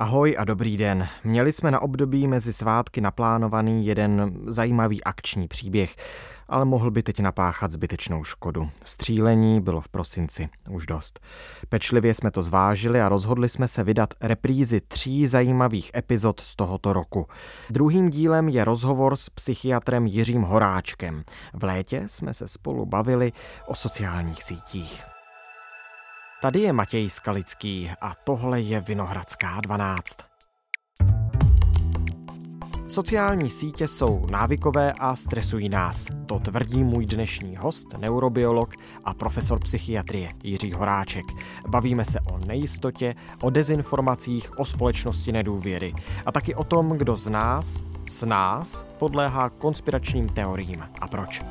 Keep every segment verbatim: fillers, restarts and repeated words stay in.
Ahoj a dobrý den. Měli jsme na období mezi svátky naplánovaný jeden zajímavý akční příběh, ale mohl by teď napáchat zbytečnou škodu. Střílení bylo v prosinci už dost. Pečlivě jsme to zvážili a rozhodli jsme se vydat reprízy tří zajímavých epizod z tohoto roku. Druhým dílem je rozhovor s psychiatrem Jiřím Horáčkem. V létě jsme se spolu bavili o sociálních sítích. Tady je Matěj Skalický a tohle je Vinohradská dvanáct. Sociální sítě jsou návykové a stresují nás. To tvrdí můj dnešní host, neurobiolog a profesor psychiatrie Jiří Horáček. Bavíme se o nejistotě, o dezinformacích, o společnosti nedůvěry a taky o tom, kdo z nás, s nás, podléhá konspiračním teoriím a proč.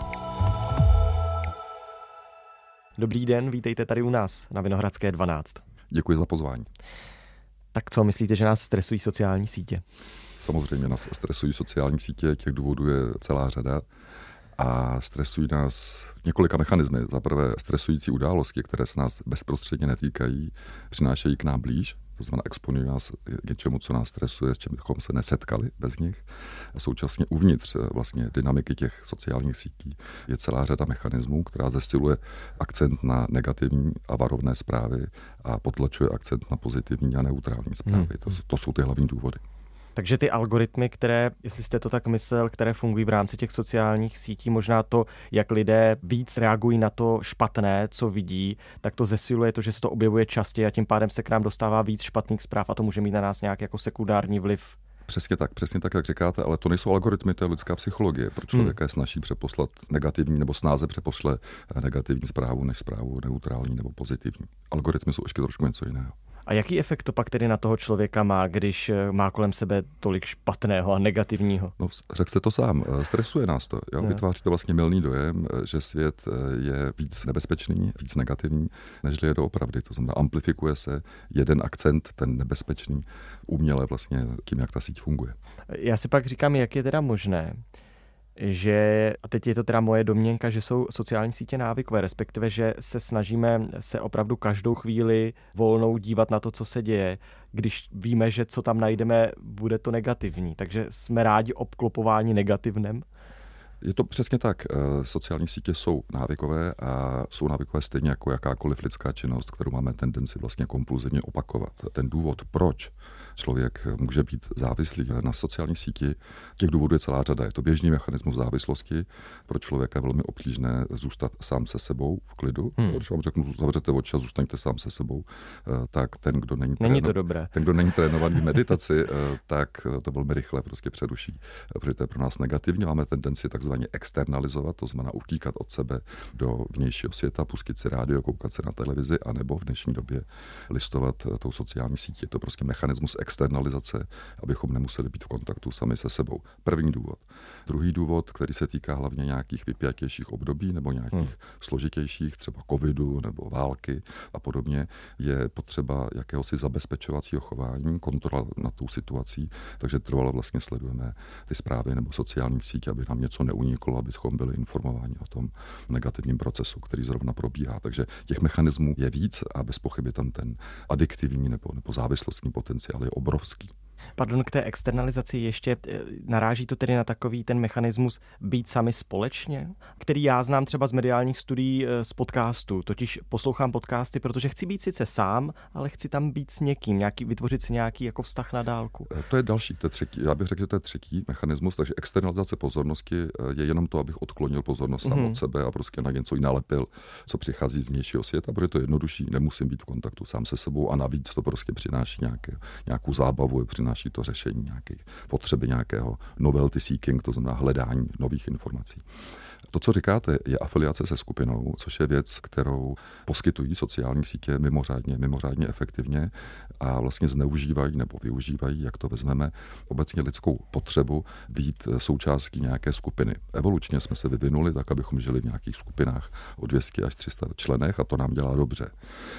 Dobrý den, vítejte tady u nás na Vinohradské dvanáct. Děkuji za pozvání. Tak co, myslíte, že nás stresují sociální sítě? Samozřejmě nás stresují sociální sítě, těch důvodů je celá řada a stresují nás několika mechanismy. Za prvé stresující události, které se nás bezprostředně netýkají, přinášejí k nám blíž, to znamená exponují nás k něčemu, co nás stresuje, s čím bychom se nesetkali bez nich. A současně uvnitř vlastně dynamiky těch sociálních sítí je celá řada mechanismů, která zesiluje akcent na negativní a varovné zprávy a potlačuje akcent na pozitivní a neutrální zprávy. Hmm. To, to jsou ty hlavní důvody. Takže ty algoritmy, které, jestli jste to tak myslel, které fungují v rámci těch sociálních sítí, možná to, jak lidé víc reagují na to špatné, co vidí, tak to zesiluje to, že se to objevuje častěji a tím pádem se k nám dostává víc špatných zpráv a to může mít na nás nějak jako sekundární vliv. Přesně tak, přesně tak, jak říkáte, ale to nejsou algoritmy, to je lidská psychologie. Pro člověka je snaží přeposlat negativní nebo snáze přepošle negativní zprávu než zprávu neutrální nebo pozitivní. Algoritmy jsou ještě trošku něco jiného. A jaký efekt to pak tedy na toho člověka má, když má kolem sebe tolik špatného a negativního? No, řekl jste to sám, stresuje nás to. Jo? Vytváří to vlastně mylný dojem, že svět je víc nebezpečný, víc negativní, než je doopravdy. To znamená, amplifikuje se jeden akcent, ten nebezpečný, uměle vlastně tím, jak ta síť funguje. Já si pak říkám, jak je teda možné, že, a teď je to teda moje domněnka, že jsou sociální sítě návykové, respektive, že se snažíme se opravdu každou chvíli volnou dívat na to, co se děje, když víme, že co tam najdeme, bude to negativní. Takže jsme rádi obklopováni negativnem. Je to přesně tak. Sociální sítě jsou návykové a jsou návykové stejně jako jakákoliv lidská činnost, kterou máme tendenci vlastně kompulzivně opakovat. Ten důvod, proč člověk může být závislý na sociální síti, těch důvodů je celá řada. Je to běžný mechanismus závislosti. Pro člověka je velmi obtížné zůstat sám se sebou v klidu. Hmm. Když vám řeknu, zavřete oči a zůstaňte sám se sebou, tak ten, kdo není, není to dobré. ten, kdo není trénovaný v meditaci, tak to velmi rychle prostě přeruší. Protože to je pro nás negativně. Máme tendenci takzvaně externalizovat, to znamená utíkat od sebe do vnějšího světa, pustit si rádio, koukat se na televizi, anebo v dnešní době listovat tou sociální sítí. Je to prostě mechanismus externalizace, abychom nemuseli být v kontaktu sami se sebou. První důvod. Druhý důvod, který se týká hlavně nějakých vypjatějších období nebo nějakých hmm. složitějších, třeba covidu nebo války a podobně, je potřeba jakéhosi zabezpečovacího chování, kontrola nad tou situací, takže trvalo vlastně sledujeme ty zprávy nebo sociální sítě, aby nám něco neuniklo, abychom byli informováni o tom negativním procesu, který zrovna probíhá. Takže těch mechanismů je víc a bez pochyby tam ten adiktivní nebo, nebo závislostní potenciál je obrovský. Pardon, k té externalizaci ještě naráží to tedy na takový ten mechanismus být sami společně, který já znám třeba z mediálních studií z podcastu. Totiž poslouchám podcasty, protože chci být sice sám, ale chci tam být s někým, nějaký, vytvořit si nějaký jako vztah na dálku. To je další, to je třetí. Já bych řekl, že to je třetí mechanismus, takže externalizace pozornosti je jenom to, abych odklonil pozornost sám mm-hmm. od sebe a prostě na něco ji nalepil, co přichází z vnějšího světa, protože to je jednodušší, nemusím být v kontaktu sám se sebou a navíc to prostě přináší nějaké, nějakou zábavu, přináší to řešení nějakých potřeby nějakého novelty seeking, to znamená hledání nových informací. To, co říkáte, je afiliace se skupinou, což je věc, kterou poskytují sociální sítě mimořádně, mimořádně efektivně a vlastně zneužívají nebo využívají, jak to vezmeme, obecně lidskou potřebu být součástí nějaké skupiny. Evolučně jsme se vyvinuli tak, abychom žili v nějakých skupinách o dvě stě až tři sta členech a to nám dělá dobře.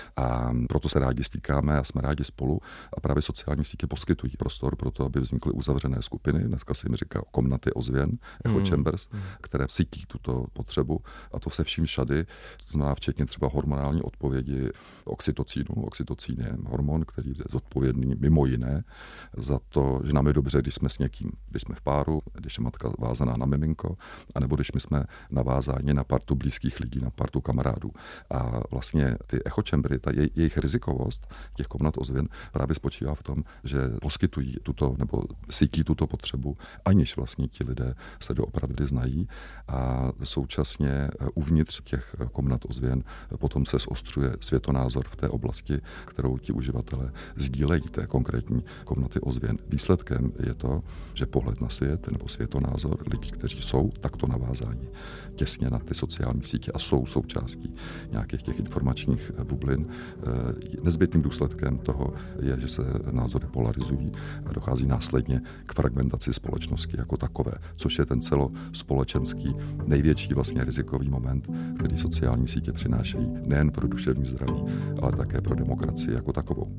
A proto se rádi stýkáme a jsme rádi spolu a právě sociální sítě poskytují prostor pro to, aby vznikly uzavřené skupiny. Dneska se jim říká komnaty ozvěn, echo chambers, hmm. které sytí tu tuto potřebu, a to se vším všady, to znamená včetně třeba hormonální odpovědi oxytocínu. Oxytocín je hormon, který je zodpovědný mimo jiné za to, že nám je dobře, když jsme s někým, když jsme v páru, když je matka vázaná na miminko, anebo když my jsme navázáni na partu blízkých lidí, na partu kamarádů. A vlastně ty echo chambry, ta je, jejich rizikovost těch komnat ozvěn právě spočívá v tom, že poskytují tuto nebo sytí tuto potřebu, aniž vlastně ti lidé se doopravdy znají, a současně uvnitř těch komnat ozvěn potom se zostřuje světonázor v té oblasti, kterou ti uživatelé sdílejí té konkrétní komnaty ozvěn. Výsledkem je to, že pohled na svět nebo světonázor lidí, kteří jsou takto navázáni těsně na ty sociální sítě a jsou součástí nějakých těch informačních bublin, nezbytným důsledkem toho je, že se názory polarizují a dochází následně k fragmentaci společnosti jako takové, což je ten celospolečenský největší vlastně rizikový moment, který sociální sítě přinášejí nejen pro duševní zdraví, ale také pro demokracii jako takovou.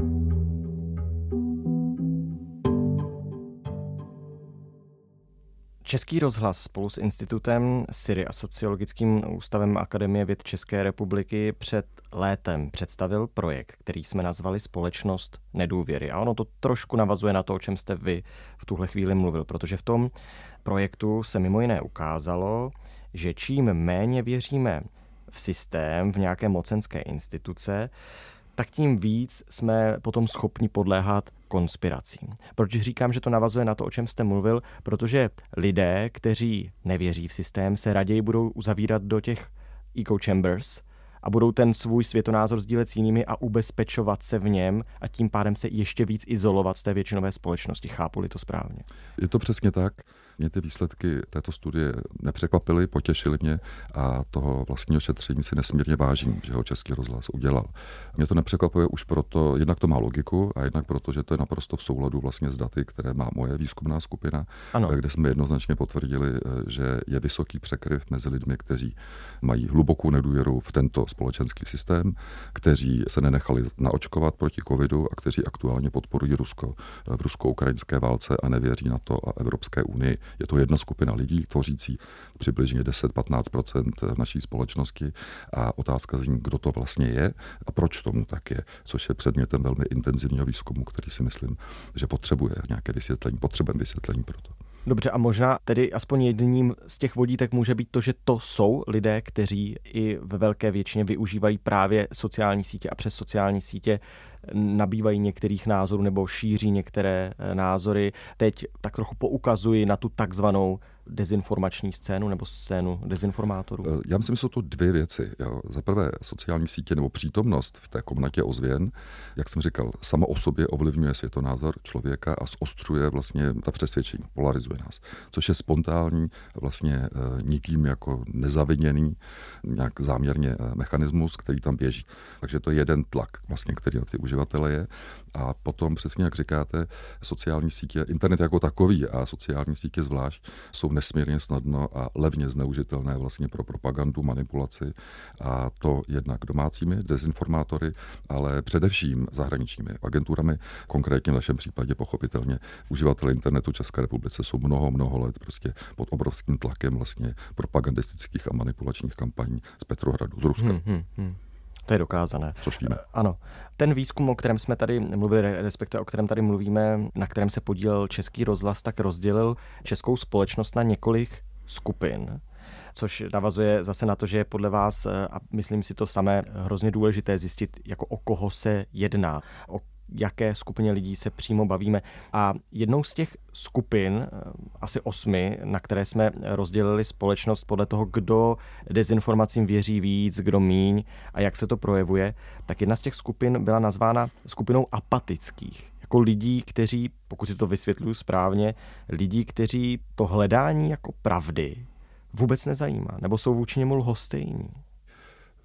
Český rozhlas spolu s institutem SIRI a Sociologickým ústavem Akademie věd České republiky před létem představil projekt, který jsme nazvali Společnost nedůvěry. A ono to trošku navazuje na to, o čem jste vy v tuhle chvíli mluvil, protože v tom projektu se mimo jiné ukázalo, že čím méně věříme v systém, v nějaké mocenské instituce, tak tím víc jsme potom schopni podléhat konspiracím. Proč říkám, že to navazuje na to, o čem jste mluvil? Protože lidé, kteří nevěří v systém, se raději budou uzavírat do těch echo chambers a budou ten svůj světonázor sdílet s jinými a ubezpečovat se v něm a tím pádem se ještě víc izolovat z té většinové společnosti. Chápu-li to správně? Je to přesně tak. Mě ty výsledky této studie nepřekvapily, potěšily mě a toho vlastního šetření si nesmírně vážím, že ho Český rozhlas udělal. Mě to nepřekvapuje už proto, jednak to má logiku a jednak proto, že to je naprosto v souladu vlastně s daty, které má moje výzkumná skupina, ano. Kde jsme jednoznačně potvrdili, že je vysoký překryv mezi lidmi, kteří mají hlubokou nedůvěru v tento společenský systém, kteří se nenechali naočkovat proti covidu a kteří aktuálně podporují Rusko v rusko-ukrajinské válce a nevěří na to a Evropské unii. Je to jedna skupina lidí, tvořící přibližně deset až patnáct procent naší společnosti a otázka zní, kdo to vlastně je a proč tomu tak je, což je předmětem velmi intenzivního výzkumu, který si myslím, že potřebuje nějaké vysvětlení, potřebujeme vysvětlení pro to. Dobře, a možná tedy aspoň jedním z těch vodítek může být to, že to jsou lidé, kteří i ve velké většině využívají právě sociální sítě a přes sociální sítě nabývají některých názorů nebo šíří některé názory. Teď tak trochu poukazuji na tu takzvanou dezinformační scénu nebo scénu dezinformátorů. Já myslím, že jsou to dvě věci. Jo. Za prvé sociální sítě nebo přítomnost v té komnatě ozvěn, jak jsem říkal, sama o sobě ovlivňuje světonázor člověka a zostřuje vlastně ta přesvědčení, polarizuje nás, což je spontánní, vlastně e, nikým jako nezaviněný nějak záměrně e, mechanismus, který tam běží. Takže to je jeden tlak, vlastně, který na ty uživatele je. A potom přesně, jak říkáte, sociální sítě, internet jako takový a sociální sítě zvlášť jsou nesmírně snadno a levně zneužitelné vlastně pro propagandu, manipulaci a to jednak domácími dezinformátory, ale především zahraničními agenturami. Konkrétně v našem případě pochopitelně uživatelé internetu České republice jsou mnoho, mnoho let prostě pod obrovským tlakem vlastně propagandistických a manipulačních kampaní z Petrohradu, z Ruska. Hmm, hmm, hmm. To je dokázané. Což víme. Ano. Ten výzkum, o kterém jsme tady mluvili, respektive o kterém tady mluvíme, na kterém se podílel Český rozhlas, tak rozdělil českou společnost na několik skupin, což navazuje zase na to, že je podle vás, a myslím si to samé, hrozně důležité zjistit, jako o koho se jedná, o jaké skupině lidí se přímo bavíme. A jednou z těch skupin, asi osmi, na které jsme rozdělili společnost podle toho, kdo dezinformacím věří víc, kdo míň a jak se to projevuje, tak jedna z těch skupin byla nazvána skupinou apatických. Jako lidí, kteří, pokud si to vysvětluju správně, lidí, kteří to hledání jako pravdy vůbec nezajímá, nebo jsou vůči němu lhostejní.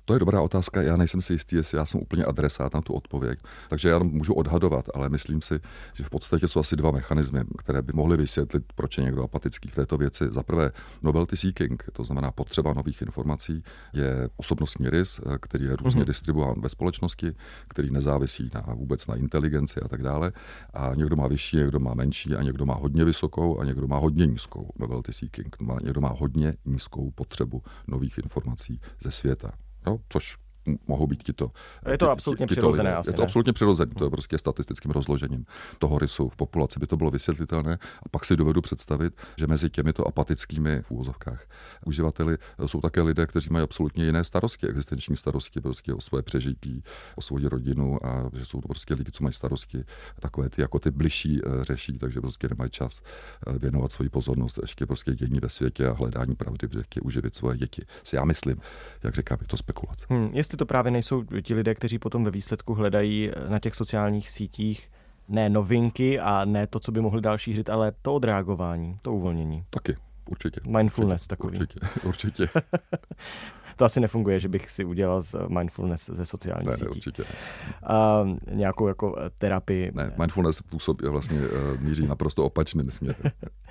To je dobrá otázka, já nejsem si jistý, jestli já jsem úplně adresát na tu odpověď, takže já můžu odhadovat, ale myslím si, že v podstatě jsou asi dva mechanismy, které by mohly vysvětlit, proč je někdo apatický v této věci. Za prvé, novelty seeking, to znamená potřeba nových informací, je osobnostní rys, který je různě mm-hmm. distribuován ve společnosti, který nezávisí na vůbec na inteligenci a tak dále. A někdo má vyšší, někdo má menší a někdo má hodně vysokou a někdo má hodně nízkou novelty seeking. Někdo má hodně nízkou potřebu nových informací ze světa. Jo, což mohou být tito. Je to ty, absolutně ty, přirozené asi, Je to ne? absolutně přirozené, to je prostě statistickým rozložením toho rysu v populaci by to bylo vysvětlitelné a pak si dovedu představit, že mezi těmito apatickými v úvozovkách uživateli jsou také lidé, kteří mají absolutně jiné starosti, existenční starosti prostě o svoje přežití, o svoji rodinu a že jsou to prostě lidi, co mají starosti takové ty jako ty bližší řeší, takže prostě nemají čas věnovat svoji pozornost ještě prostě dění ve světě a hledání pravdy, protože chtějí uživit svoje děti. Si já myslím, jak říkám, je to spekulace. Hmm, jestli to právě nejsou ti lidé, kteří potom ve výsledku hledají na těch sociálních sítích ne novinky a ne to, co by mohli dál šířit, ale to odreagování, to uvolnění. Taky, určitě. Mindfulness určitě, takový. Určitě, určitě. To asi nefunguje, že bych si udělal z mindfulness ze sociálních ne, sítí. Ne, určitě. A nějakou jako terapii. Ne, mindfulness působí vlastně uh, míří naprosto opačným směrem.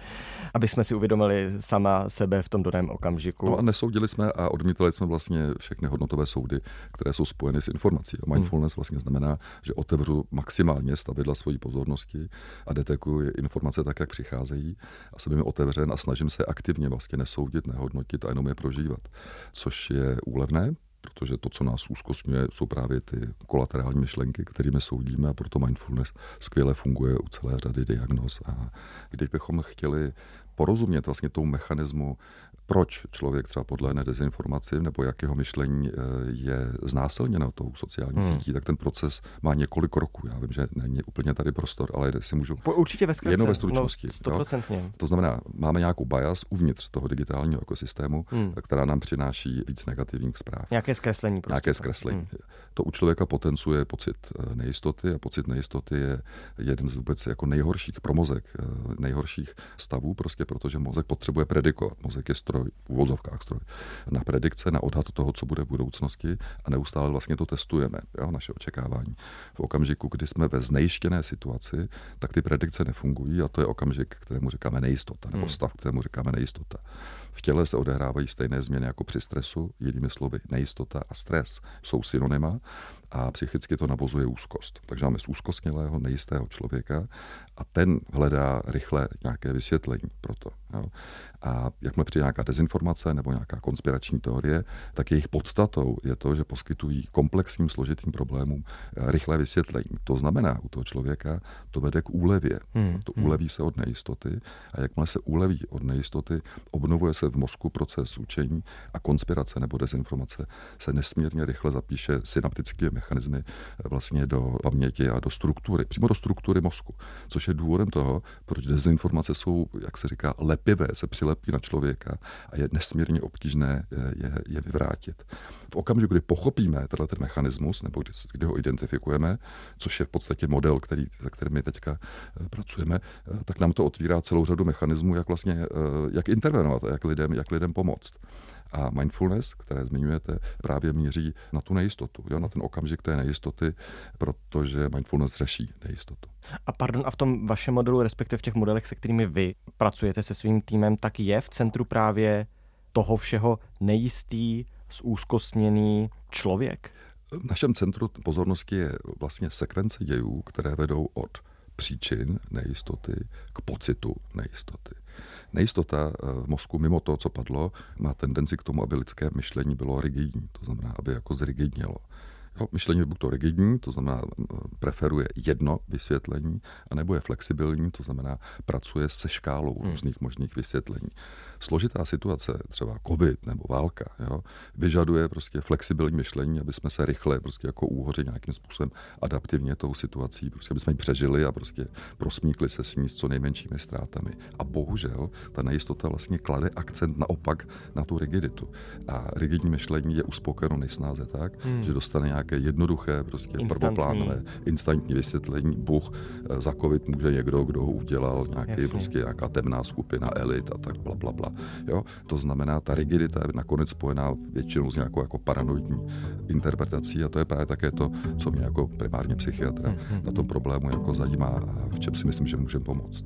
Aby jsme si uvědomili sama sebe v tom daném okamžiku. No a nesoudili jsme a odmítali jsme vlastně všechny hodnotové soudy, které jsou spojeny s informací. A mindfulness vlastně znamená, že otevřu maximálně stavidla svojí pozornosti a detekuji informace tak, jak přicházejí a jsem jim otevřen a snažím se aktivně vlastně nesoudit, nehodnotit a jenom je prožívat. Což je úlevné, protože to, co nás úzkostňuje, jsou právě ty kolaterální myšlenky, kterými soudíme a proto mindfulness skvěle funguje u celé řady diagnóz. A kdybychom chtěli porozumět vlastně tomu mechanismu, proč člověk třeba podlehne dezinformaci nebo jak jeho myšlení je znásilněno tou sociální hmm. sítí, tak ten proces má několik roků. Já vím, že není úplně tady prostor, ale si můžu... Určitě ve zkratce. Jenom ve stručnosti. No, sto procent. To znamená, máme nějakou bias uvnitř toho digitálního ekosystému, hmm. která nám přináší víc negativních zpráv. Nějaké zkreslení. Prostě. Nějaké zkreslení. Hmm. To u člověka potencuje pocit nejistoty a pocit nejistoty je jeden z vůbec jako nejhorších pro mozek, nejhorších stavů, prostě protože mozek potřebuje predikovat. Mozek je stroj, v uvozovkách stroj, na predikce, na odhad toho, co bude v budoucnosti a neustále vlastně to testujeme, jo, naše očekávání. V okamžiku, kdy jsme ve znejištěné situaci, tak ty predikce nefungují a to je okamžik, kterému říkáme nejistota, nebo stav, kterému říkáme nejistota. V těle se odehrávají stejné změny jako při stresu, jinými slovy nejistota a stres jsou synonyma a psychicky to navozuje úzkost. Takže máme z úzkostnělého, nejistého člověka a ten hledá rychle nějaké vysvětlení pro to. Jo. A jakmile přijde nějaká dezinformace nebo nějaká konspirační teorie, tak jejich podstatou je to, že poskytují komplexním složitým problémům rychlé vysvětlení. To znamená, u toho člověka to vede k úlevě. Hmm. To uleví se od nejistoty a jakmile se uleví od nejistoty, obnovuje se v mozku proces učení a konspirace nebo dezinformace se nesmírně rychle zapíše synaptickými mechanismy vlastně do paměti a do struktury, přímo do struktury mozku, což je důvodem toho, proč dezinformace jsou, jak se říká, lepivé, se přilepí na člověka a je nesmírně obtížné je, je vyvrátit. V okamžiku, kdy pochopíme tenhle ten mechanismus, nebo kdy, kdy ho identifikujeme, což je v podstatě model, který, za kterým my teďka pracujeme, tak nám to otvírá celou řadu mechanismů, jak vlastně, jak intervenovat a jak lidem, jak lidem pomoct. A mindfulness, které zmiňujete, právě míří na tu nejistotu, jo, na ten okamžik té nejistoty, protože mindfulness řeší nejistotu. A pardon, a v tom vašem modelu, respektive v těch modelech, se kterými vy pracujete se svým týmem, tak je v centru právě toho všeho nejistý, zúzkostněný člověk? V našem centru pozornosti je vlastně sekvence dějů, které vedou od příčin nejistoty k pocitu nejistoty. Nejistota v mozku, mimo to, co padlo, má tendenci k tomu, aby lidské myšlení bylo rigidní, to znamená, aby jako zrigidnělo. Jo, myšlení je buď to rigidní, to znamená preferuje jedno vysvětlení, anebo je flexibilní, to znamená pracuje se škálou hmm. různých možných vysvětlení. Složitá situace, třeba covid nebo válka, jo, vyžaduje prostě flexibilní myšlení, aby jsme se rychle prostě jako úhoři nějakým způsobem adaptivně tou situací, prostě aby jsme ji přežili a prostě prosmíkli se s ní s co nejmenšími ztrátami. A bohužel ta nejistota vlastně klade akcent naopak na tu rigiditu. A rigidní myšlení je uspokojeno nejsnáze tak, hmm. že dostane nějak nějaké jednoduché, prostě instantní. Prvoplánové, instantní vysvětlení. Bůh zakovit může někdo, kdo ho udělal, nějaký, prostě nějaká temná skupina, elit a tak bla, bla, bla. Jo? To znamená, ta rigidita je nakonec spojená většinou s nějakou jako paranoidní interpretací a to je právě také to, co mě jako primárně psychiatra mm-hmm. na tom problému jako zajímá a v čem si myslím, že můžeme pomoct.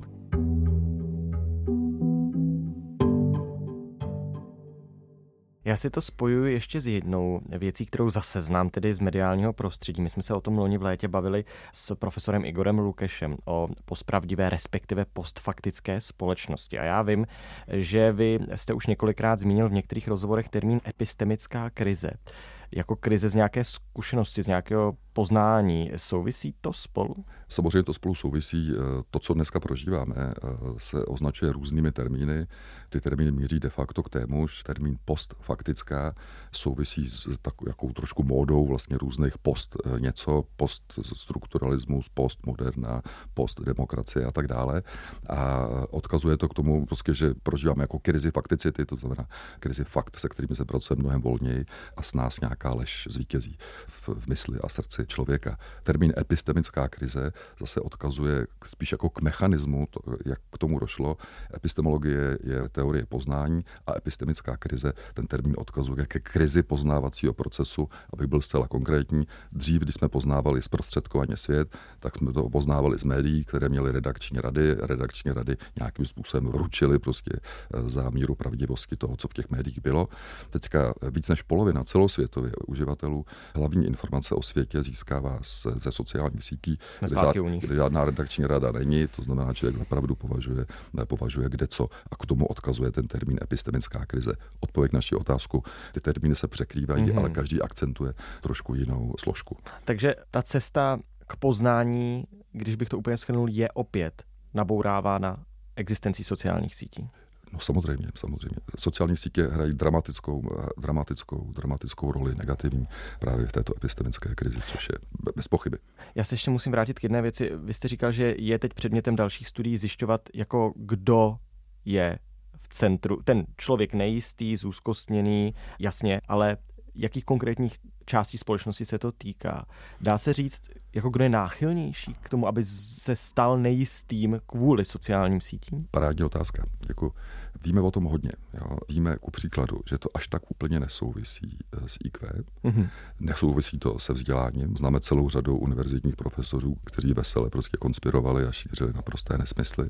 Já si to spojuji ještě s jednou věcí, kterou zase znám tedy z mediálního prostředí. My jsme se o tom loni v létě bavili s profesorem Igorem Lukešem o postpravdivé, respektive postfaktické společnosti. A já vím, že vy jste už několikrát zmínil v některých rozhovorech termín epistemická krize. Jako krize z nějaké zkušenosti, z nějakého poznání. Souvisí to spolu? Samozřejmě to spolu souvisí. To, co dneska prožíváme, se označuje různými termíny. Ty termíny míří de facto k témuž. Termín postfaktická souvisí s takovou trošku módou vlastně různých post něco, poststrukturalismus, postmoderna, postdemokracie a tak dále. A odkazuje to k tomu, prostě, že prožíváme jako krizi fakticity, to znamená krizi fakt, se kterými se pracuje mnohem volněji a s nás nějaká lež zvítězí v, v mysli a srdci člověka. Termín epistemická krize zase odkazuje spíš jako k mechanismu, to, jak k tomu došlo. Epistemologie je teorie poznání a epistemická krize, ten termín odkazuje ke krizi poznávacího procesu, aby byl zcela konkrétní. Dřív, když jsme poznávali zprostředkovaně svět, tak jsme to poznávali z médií, které měly redakční rady. Redakční rady nějakým způsobem ručily prostě za míru pravdivosti toho, co v těch médiích bylo. Teďka víc než polovina celosvětově uživatelů hlavní informace o světě získává ze sociálních sítí, kde, žád, kde žádná redakční rada není, to znamená, že člověk opravdu považuje, považuje kde co a k tomu odkazuje ten termín epistemická krize. Odpověď na naši otázku, ty termíny se překrývají, mm-hmm. ale každý akcentuje trošku jinou složku. Takže ta cesta k poznání, když bych to úplně shrnul, je opět nabourávána existencí sociálních sítí. No samozřejmě, samozřejmě. Sociální sítě hrají dramatickou, dramatickou, dramatickou roli negativní právě v této epistemické krizi, což je bez pochyby. Já se ještě musím vrátit k jedné věci. Vy jste říkal, že je teď předmětem dalších studií zjišťovat, jako kdo je v centru. Ten člověk nejistý, zúzkostněný, jasně, ale jakých konkrétních částí společnosti se to týká? Dá se říct, jako kdo je náchylnější k tomu, aby se stal nejistým kvůli sociálním sítím? Parádní otázka. Jako, víme o tom hodně. Jo? Víme ku příkladu, že to až tak úplně nesouvisí s í kvé. Mm-hmm. Nesouvisí to se vzděláním. Známe celou řadu univerzitních profesorů, kteří vesele prostě konspirovali a šířili naprosté nesmysly.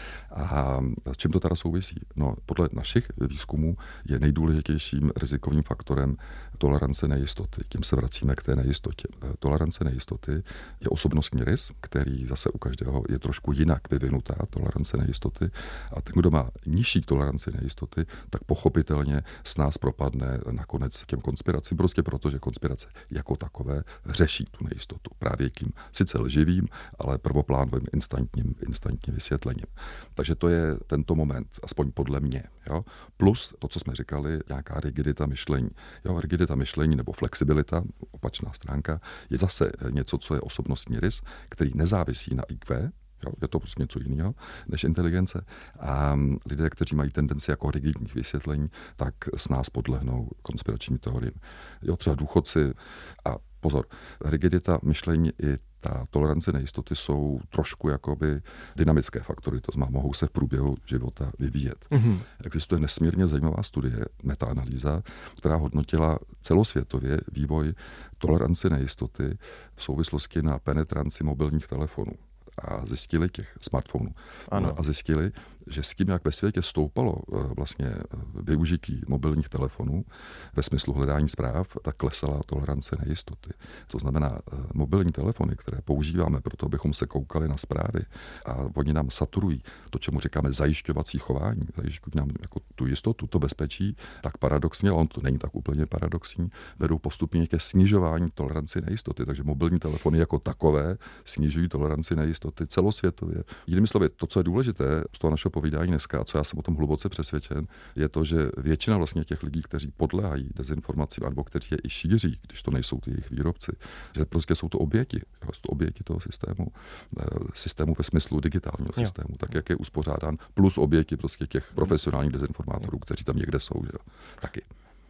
A s čím to teda souvisí? No, podle našich výzkumů je nejdůležitějším rizikovým faktorem tolerance nejistoty. Tím se vracíme k té nejistotě. Tolerance nejistoty je osobnostní rys, který zase u každého je trošku jinak vyvinutá, tolerance nejistoty. A ten, kdo má nižší toleranci nejistoty, tak pochopitelně s nás propadne nakonec těm konspiracím, prostě proto, že konspirace jako takové řeší tu nejistotu. Právě tím sice lživým, ale prvoplánovým instantním, instantním vysvětlením. Takže to je tento moment, aspoň podle mě. Jo? Plus to, co jsme říkali, nějaká rigidita myšlení. Jo, rigidita myšlení nebo flexibilita, opačná stránka, je zase něco, co je osobnostní rys, který nezávisí na í kvé, jo, je to prostě něco jiného než inteligence. A lidé, kteří mají tendenci jako rigidních vysvětlení, tak s nás podlehnou konspiračním teoriím. Jo, třeba důchodci a pozor, rigidita myšlení i ta tolerance nejistoty jsou trošku jakoby dynamické faktory, to znamená, mohou se v průběhu života vyvíjet. Mm-hmm. Existuje nesmírně zajímavá studie, metaanalýza, která hodnotila celosvětově vývoj tolerance nejistoty v souvislosti na penetranci mobilních telefonů. A zjistili těch smartphonů. Ano. A zjistili, že s tím, jak ve světě stoupalo vlastně využití mobilních telefonů ve smyslu hledání zpráv, tak klesala tolerance nejistoty. To znamená, mobilní telefony, které používáme proto, abychom se koukali na zprávy a oni nám saturují to, čemu říkáme zajišťovací chování, zajišťují nám jako tu jistotu, to bezpečí, tak paradoxně, ale on to není tak úplně paradoxní, vedou postupně ke snižování toleranci nejistoty. Takže mobilní telefony jako takové snižují toleranci nejistoty celosvětově. Jinými slovy, to, co je důležité z toho našeho povídání dneska, a co já jsem o tom hluboce přesvědčen, je to, že většina vlastně těch lidí, kteří podléhají dezinformacím, nebo kteří je i šíří, když to nejsou ty jejich výrobci, že prostě jsou to oběti, jo, jsou to oběti toho systému, systému ve smyslu digitálního systému, jo. Tak jak je uspořádán, plus oběti prostě těch profesionálních dezinformátorů, kteří tam někde jsou, že jo, taky.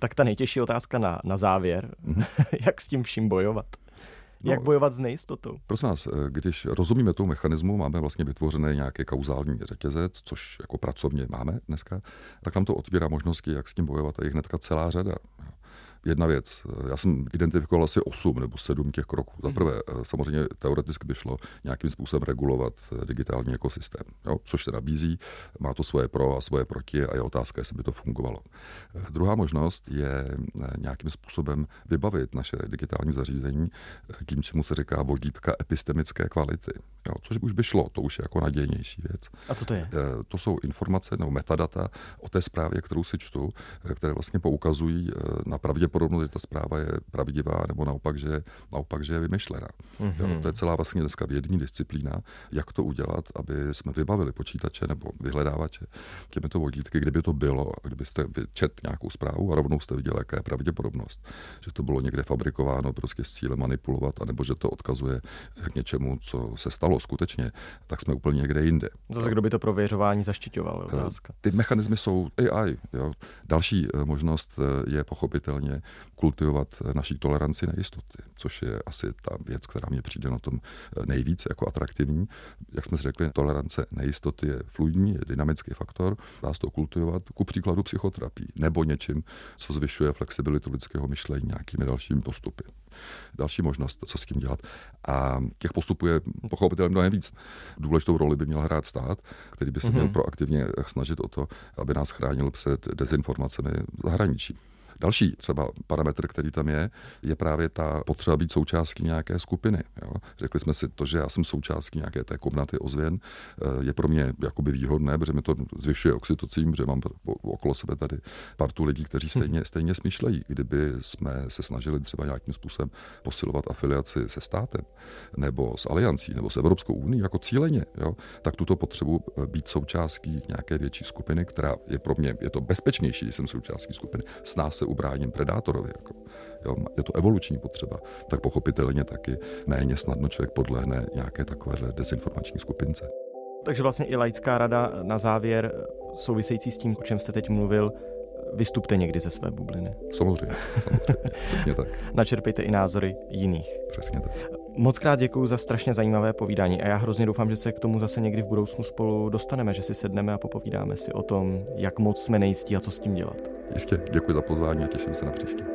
Tak ta nejtěžší otázka na, na závěr. Mm-hmm. Jak s tím vším bojovat? No, jak bojovat s nejistotou? Prosím vás, když rozumíme tomu mechanismu, máme vlastně vytvořený nějaký kauzální řetězec, což jako pracovně máme dneska, tak nám to otvírá možnosti, jak s tím bojovat, a je hnedka celá řada. Jedna věc, já jsem identifikoval asi osm nebo sedm těch kroků. Za prvé, samozřejmě teoreticky by šlo nějakým způsobem regulovat digitální ekosystém, jo, což se nabízí, má to svoje pro a svoje proti a je otázka, jestli by to fungovalo. Druhá možnost je nějakým způsobem vybavit naše digitální zařízení tím, čemu se říká vodítka epistemické kvality, jo, což už by šlo, to už je jako nadějnější věc. A co to je? To jsou informace nebo metadata o té zprávě, kterou si čtu, které vlastně poukazují na pravděpodobnost, že ta zpráva je pravdivá, nebo naopak, že, naopak, že je vymyšlená. Mm-hmm. Jo, to je celá vlastně dneska vědní disciplína, jak to udělat, aby jsme vybavili počítače nebo vyhledávače těmito vodítky, kdyby to bylo, kdybyste čet nějakou zprávu a rovnou jste viděli, jaká je pravděpodobnost, že to bylo někde fabrikováno prostě s cílem manipulovat, anebo že to odkazuje k něčemu, co se stalo skutečně, tak jsme úplně někde jinde. Zase kdo by to prověřování zaštiťoval? Otázka. Ty mechanismy jsou A I. Jo. Další možnost je pochopitelně kultivovat naší toleranci nejistoty, což je asi ta věc, která mě přijde na tom nejvíc jako atraktivní. Jak jsme si řekli, tolerance nejistoty je fluidní, je dynamický faktor, dá se to kultivovat ku příkladu psychoterapii nebo něčím, co zvyšuje flexibilitu lidského myšlení nějakými dalšími postupy. Další možnost, co s tím dělat. A těch postupů je pochopitelně mnohem víc. Důležitou roli by měl hrát stát, který by se měl proaktivně snažit o to, aby nás chránil před dezinformacemi v zahraničí. Další třeba parametr, který tam je, je právě ta potřeba být součástí nějaké skupiny. Jo. Řekli jsme si to, že já jsem součástí nějaké té komnaty ozvěn, je pro mě jakoby výhodné, protože mi to zvyšuje oxytocin, protože mám okolo sebe tady partu lidí, kteří stejně, stejně smýšlejí. Kdyby jsme se snažili třeba nějakým způsobem posilovat afiliaci se státem, nebo s aliancí, nebo s Evropskou unií jako cíleně, jo, tak tuto potřebu být součástí nějaké větší skupiny, která je pro mě, je to bezpečnější, když jsem součástí skupiny, s nás se ubráním predátorovi. Jako, jo, je to evoluční potřeba, tak pochopitelně taky méně snadno člověk podlehne nějaké takovéhle dezinformační skupince. Takže vlastně i laická rada na závěr související s tím, o čem jste teď mluvil, vystupte někdy ze své bubliny. Samozřejmě, samozřejmě, přesně tak. Načerpejte i názory jiných. Přesně tak. Moc krát děkuju za strašně zajímavé povídání a já hrozně doufám, že se k tomu zase někdy v budoucnu spolu dostaneme, že si sedneme a popovídáme si o tom, jak moc jsme nejistí a co s tím dělat. Jistě, děkuji za pozvání a těším se na příště.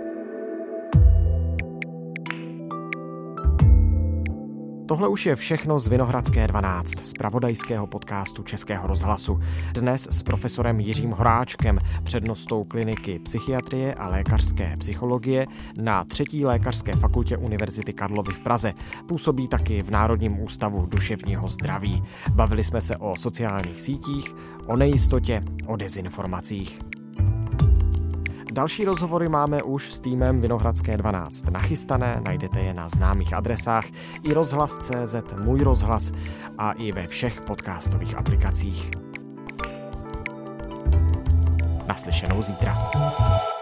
Tohle už je všechno z Vinohradské dvanáct, z zpravodajského podcastu Českého rozhlasu. Dnes s profesorem Jiřím Horáčkem, přednostou kliniky psychiatrie a lékařské psychologie na třetí lékařské fakultě Univerzity Karlovy v Praze. Působí taky v Národním ústavu duševního zdraví. Bavili jsme se o sociálních sítích, o nejistotě, o dezinformacích. Další rozhovory máme už s týmem Vinohradské dvanáct nachystané, najdete je na známých adresách i rozhlas tečka cé zet, Můj rozhlas a i ve všech podcastových aplikacích. Naslyšenou zítra.